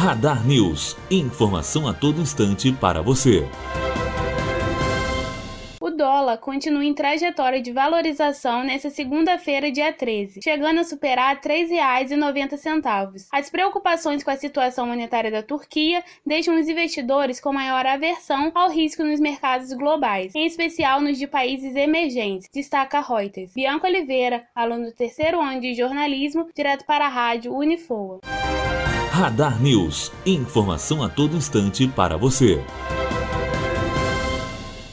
Radar News. Informação a todo instante para você. O dólar continua em trajetória de valorização nesta segunda-feira, dia 13, chegando a superar R$ 3,90. As preocupações com a situação monetária da Turquia deixam os investidores com maior aversão ao risco nos mercados globais, em especial nos de países emergentes, destaca Reuters. Bianca Oliveira, aluno do terceiro ano de jornalismo, direto para a rádio Unifoa. Radar News. Informação a todo instante para você.